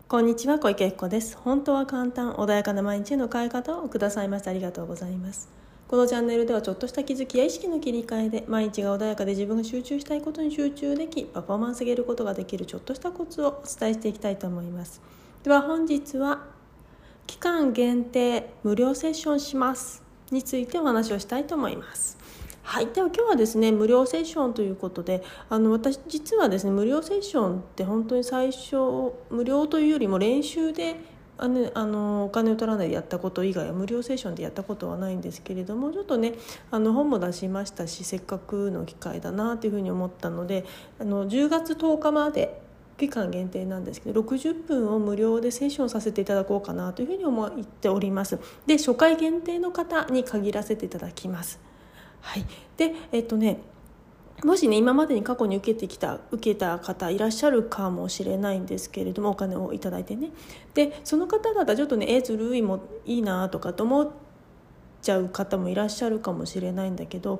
こんにちは、小池由紀子です。本当は簡単、穏やかな毎日への変え方をくださいましてありがとうございます。このチャンネルではちょっとした気づきや意識の切り替えで毎日が穏やかで自分が集中したいことに集中でき、パフォーマンス上げることができるちょっとしたコツをお伝えしていきたいと思います。では本日は期間限定無料セッションしますについてお話をしたいと思います。はい、では今日はですね、無料セッションということで、私実はですね、無料セッションって本当に最初無料というよりも練習でお金を取らないでやったこと以外は無料セッションでやったことはないんですけれども、ちょっとね本も出しましたし、せっかくの機会だなというふうに思ったので、10月10日まで期間限定なんですけど、60分を無料でセッションさせていただこうかなというふうに思っております。で、初回限定の方に限らせていただきます。はい、でもしね、今までに過去に受けた方いらっしゃるかもしれないんですけれども、お金をいただいてね、でその方々ちょっとねずるいもいいなとかと思っちゃう方もいらっしゃるかもしれないんだけど、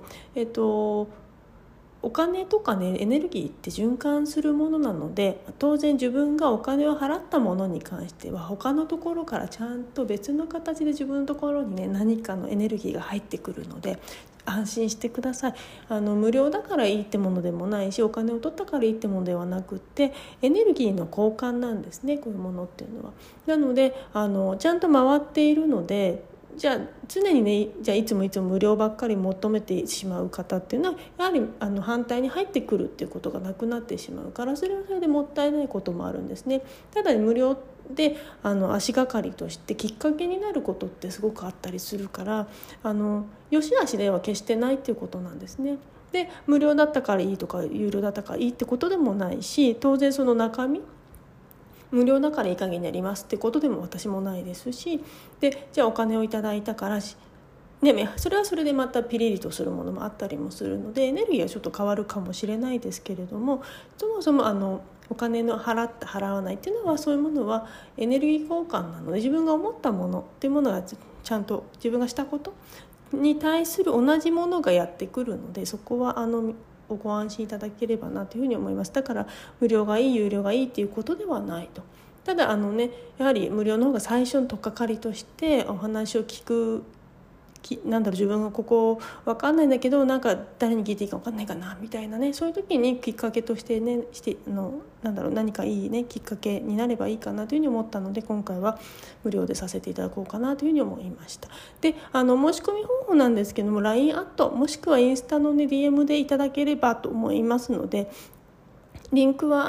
お金とかね、エネルギーって循環するものなので、当然自分がお金を払ったものに関しては他のところからちゃんと別の形で自分のところにね何かのエネルギーが入ってくるので安心してください。無料だからいいってものでもないし、お金を取ったからいいってものではなくって、エネルギーの交換なんですね、こういうものっていうのは。なのでちゃんと回っているので、じゃあ常にね、いつも無料ばっかり求めてしまう方っていうのはやはり反対に入ってくるっていうことがなくなってしまうから、それはそれでもったいないこともあるんですね。ただ無料で足がかりとしてきっかけになることってすごくあったりするから、良し悪しでは決してないっていうことなんですね。で、無料だったからいいとか有料だったからいいってことでもないし、当然その中身無料だからいい加減にやりますってことでも私もないですし、でじゃあお金をいただいたからそれはそれでまたピリリとするものもあったりもするので、エネルギーはちょっと変わるかもしれないですけれども、そもそもお金の払った払わないっていうのは、そういうものはエネルギー交換なので、自分が思ったものっていうものがちゃんと自分がしたことに対する同じものがやってくるので、そこはご安心いただければなというふうに思います。だから無料がいい有料がいいっていうことではないと。ただやはり無料の方が最初の取っかかりとしてお話を聞く自分がここ分かんないんだけど、誰に聞いていいか分かんないかなみたいなね、そういう時にきっかけとしてね何かいいねきっかけになればいいかなというふうに思ったので、今回は無料でさせていただこうかなというふうに思いました。で申し込み方法なんですけども、 LINE アットもしくはインスタの、ね、DM でいただければと思いますので、リンクは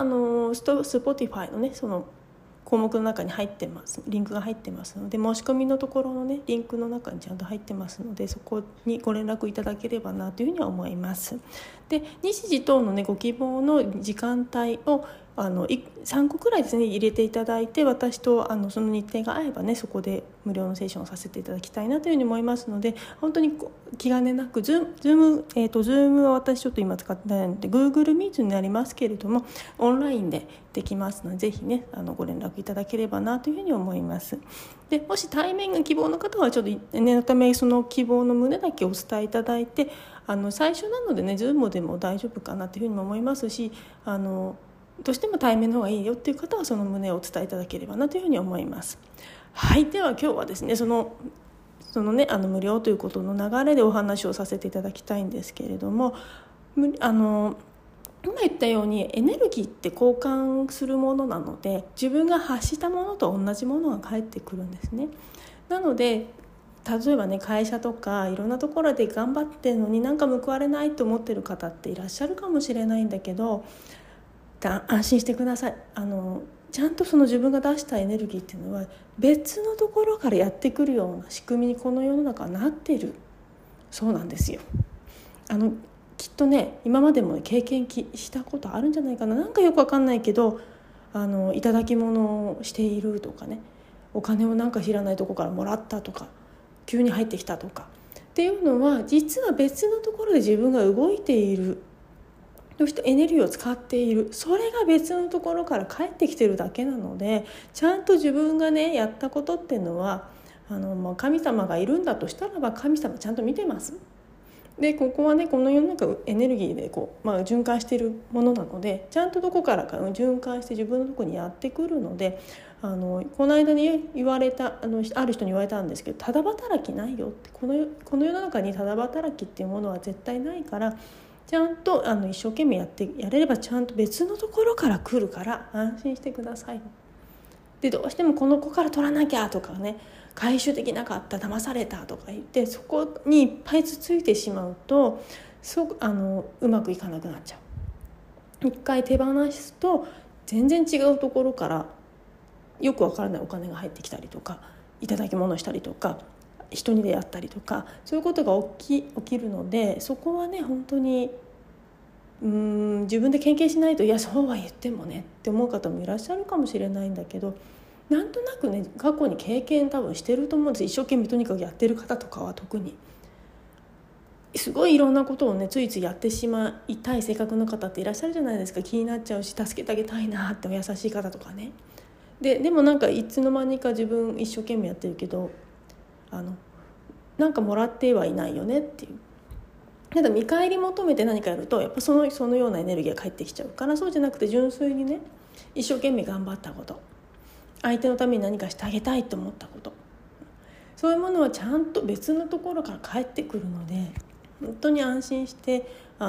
Spotify のねその項目の中に入ってます。リンクが入ってますので、申し込みのところのねリンクの中にちゃんと入ってますので、そこにご連絡いただければなというふうには思います。で、日時等のねご希望の時間帯を3個くらいですね入れていただいて、私とその日程が合えばねそこで無料のセッションをさせていただきたいなというふうに思いますので、本当に気兼ねなくZoom は私ちょっと今使ってないので Google Meet になりますけれども、オンラインでできますので、ぜひねご連絡いただければなというふうに思います。で、もし対面が希望の方はちょっと念のためその希望の旨だけお伝えいただいて、最初なのでね Zoom でも大丈夫かなというふうにも思いますし、どうしても対面の方がいいよっていう方はその旨をお伝えいただければなというふうに思います。はい、では今日はですねそのね無料ということの流れでお話をさせていただきたいんですけれども、今言ったようにエネルギーって交換するものなので、自分が発したものと同じものが返ってくるんですね。なので例えばね、会社とかいろんなところで頑張ってるのに報われないと思ってる方っていらっしゃるかもしれないんだけど、安心してください。ちゃんとその自分が出したエネルギーっていうのは別のところからやってくるような仕組みにこの世の中はなっているそうなんですよ。きっとね今までも経験したことあるんじゃないかな。よくわかんないけどいただき物をしているとかね、お金を知らないとこからもらったとか急に入ってきたとかっていうのは、実は別のところで自分が動いている、そしてエネルギーを使っている、それが別のところから返ってきてるだけなので、ちゃんと自分がねやったことっていうのは神様がいるんだとしたらば、神様ちゃんと見てます。 でここはねこの世の中エネルギーで循環しているものなので、ちゃんとどこからか循環して自分のところにやってくるので、この間に言われたある人に言われたんですけど、ただ働きないよって、この世の中にただ働きっていうものは絶対ないから、ちゃんと一生懸命やれればちゃんと別のところから来るから安心してください。でどうしてもこの子から取らなきゃとかね、回収できなかった、騙されたとか言ってそこにいっぱいつついてしまうとうまくいかなくなっちゃう。一回手放すと全然違うところからよくわからないお金が入ってきたりとか、いただき物したりとか、人に出会ったりとか、そういうことが起きるので、そこはね本当に自分で経験しないと、いやそうは言ってもねって思う方もいらっしゃるかもしれないんだけど、なんとなくね過去に経験多分してると思うんです。一生懸命とにかくやってる方とかは特にすごいいろんなことをねついついやってしまいたい性格の方っていらっしゃるじゃないですか。気になっちゃうし助けてあげたいなってお優しい方とかね。でもなんかいつの間にか自分一生懸命やってるけどなんかもらってはいないよねっていう。ただ見返り求めて何かやるとやっぱそのようなエネルギーが返ってきちゃうから、そうじゃなくて純粋にね一生懸命頑張ったこと、相手のために何かしてあげたいと思ったこと、そういうものはちゃんと別のところから返ってくるので、本当に安心して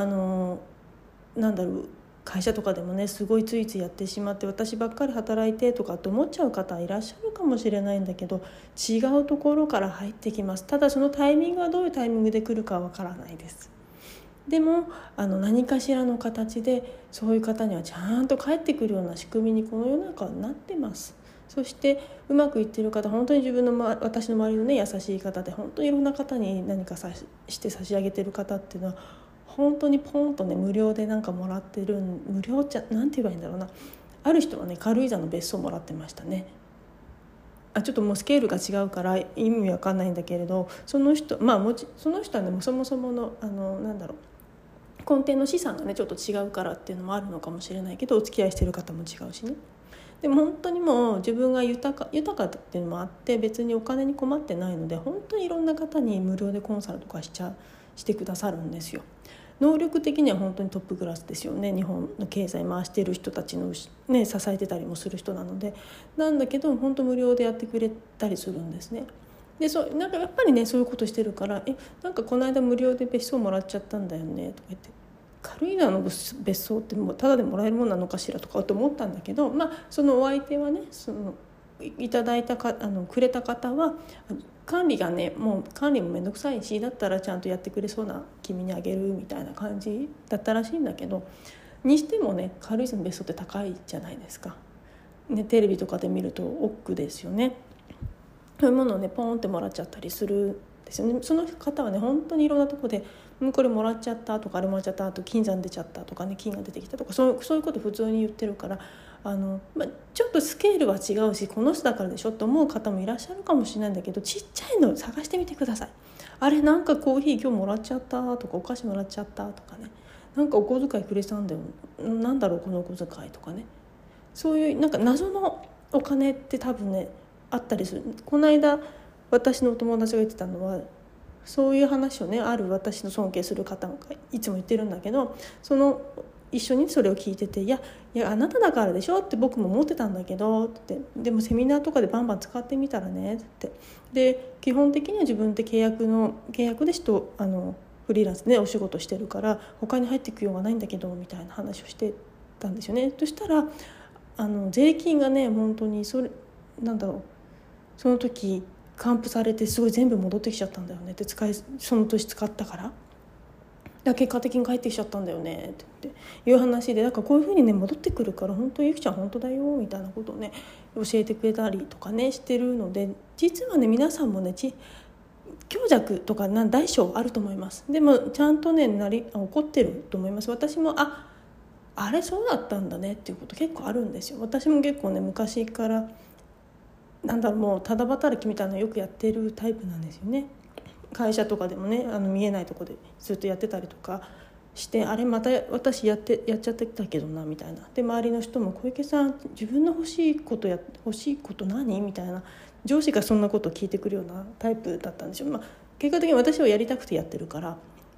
会社とかでもねすごいついついやってしまって、私ばっかり働いてとかって思っちゃう方いらっしゃるかもしれないんだけど、違うところから入ってきます。ただそのタイミングはどういうタイミングで来るかはわからないです。でも何かしらの形でそういう方にはちゃんと返ってくるような仕組みにこの世の中はなってます。そしてうまくいっている方、本当に私の周りのね優しい方で、本当にいろんな方に何かして差し上げてる方っていうのは本当にポンとね無料でなんかもらってる、無料じゃなんて言えばいいんだろうな。ある人はね軽井沢の別荘もらってましたね。ちょっともうスケールが違うから意味わかんないんだけれど、その人はねそもそもの根底の資産がねちょっと違うからっていうのもあるのかもしれないけど、お付き合いしてる方も違うしね。でも本当にもう自分が豊かっていうのもあって、別にお金に困ってないので、本当にいろんな方に無料でコンサルとかしてくださるんですよ。能力的には本当にトップクラスですよね。日本の経済回している人たちの、ね、支えてたりもする人なので、なんだけど本当無料でやってくれたりするんですね。でなんかやっぱりねそういうことしてるから、なんかこの間無料で別荘もらっちゃったんだよねとか言って、軽井沢の別荘ってもうタダでもらえるものなのかしらとかと思ったんだけど、そのお相手はねいただいたくれた方は管理がねもう管理もめんどくさいし、だったらちゃんとやってくれそうな君にあげるみたいな感じだったらしいんだけど、にしてもね軽井沢の別荘って高いじゃないですか、ね、テレビとかで見ると億ですよね。そういうものをねポンってもらっちゃったりするんですよね。その方はね本当にいろんなとこでこれもらっちゃったとか、あれもらっちゃったと、金山出ちゃったとかね、金が出てきたとか、そういうこと普通に言ってるからちょっとスケールは違うし、この人だからでしょと思う方もいらっしゃるかもしれないんだけど、ちっちゃいの探してみてください。あれなんかコーヒー今日もらっちゃったとか、お菓子もらっちゃったとかね、なんかお小遣いくれたんだよ、なんだろうこのお小遣いとかね、そういうなんか謎のお金って多分ねあったりする。この間私のお友達が言ってたのは、そういう話をねある私の尊敬する方がいつも言ってるんだけど、一緒にそれを聞いてて、いやあなただからでしょって僕も思ってたんだけどって、でもセミナーとかでバンバン使ってみたらねって、で基本的には自分って契約でフリーランスで、ね、お仕事してるから他に入っていくようがないんだけどみたいな話をしてたんですよね。そしたら税金がね本当にその時還付されてすごい全部戻ってきちゃったんだよねって、その年使ったから結果的に帰ってきちゃったんだよねっていう話で、だからこういうふうにね戻ってくるから、本当ゆきちゃん本当だよみたいなことをね教えてくれたりとかねしてるので、実はね皆さんもね強弱とか大小あると思います。でもちゃんとね起こってると思います。私もあれそうだったんだねっていうこと結構あるんですよ。私も結構ね昔からもうただ働きみたいなのよくやってるタイプなんですよね。会社とかでもね見えないところでずっとやってたりとかして、あれまた私やっちゃってたけどなみたいな。で周りの人も小池さん自分の欲しいこと何みたいな、上司がそんなことを聞いてくるようなタイプだったんですよ。結果的に私はやりたくてやってるから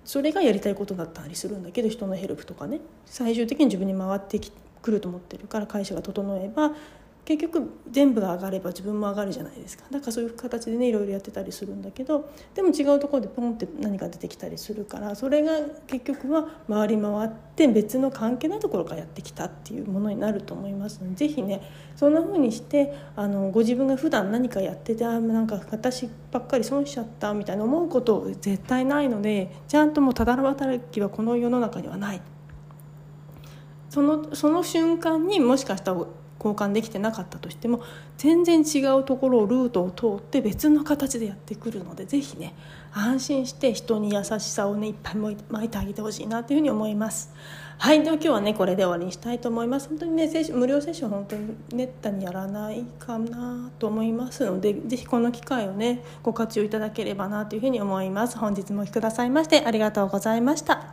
それがやりたいことだったりするんだけど、人のヘルプとかね、最終的に自分に回ってくると思ってるから、会社が整えば結局全部が上がれば自分も上がるじゃないですか。だからそういう形でねいろいろやってたりするんだけど、でも違うところでポンって何か出てきたりするから、それが結局は回り回って別の関係ないところからやってきたっていうものになると思いますので、ぜひねそんな風にしてご自分が普段何かやっててなんか私ばっかり損しちゃったみたいな思うこと絶対ないので、ちゃんともうただ働きはこの世の中にはない。その瞬間にもしかしたら交換できてなかったとしても、全然違うところをルートを通って別の形でやってくるので、ぜひね安心して人に優しさをねいっぱい巻いてあげてほしいなというふうに思います。はい、では今日はねこれで終わりにしたいと思います。本当にね無料セッション本当にめったにやらないかなと思いますので、ぜひこの機会をねご活用いただければなというふうに思います。本日もお聞きくださいましてありがとうございました。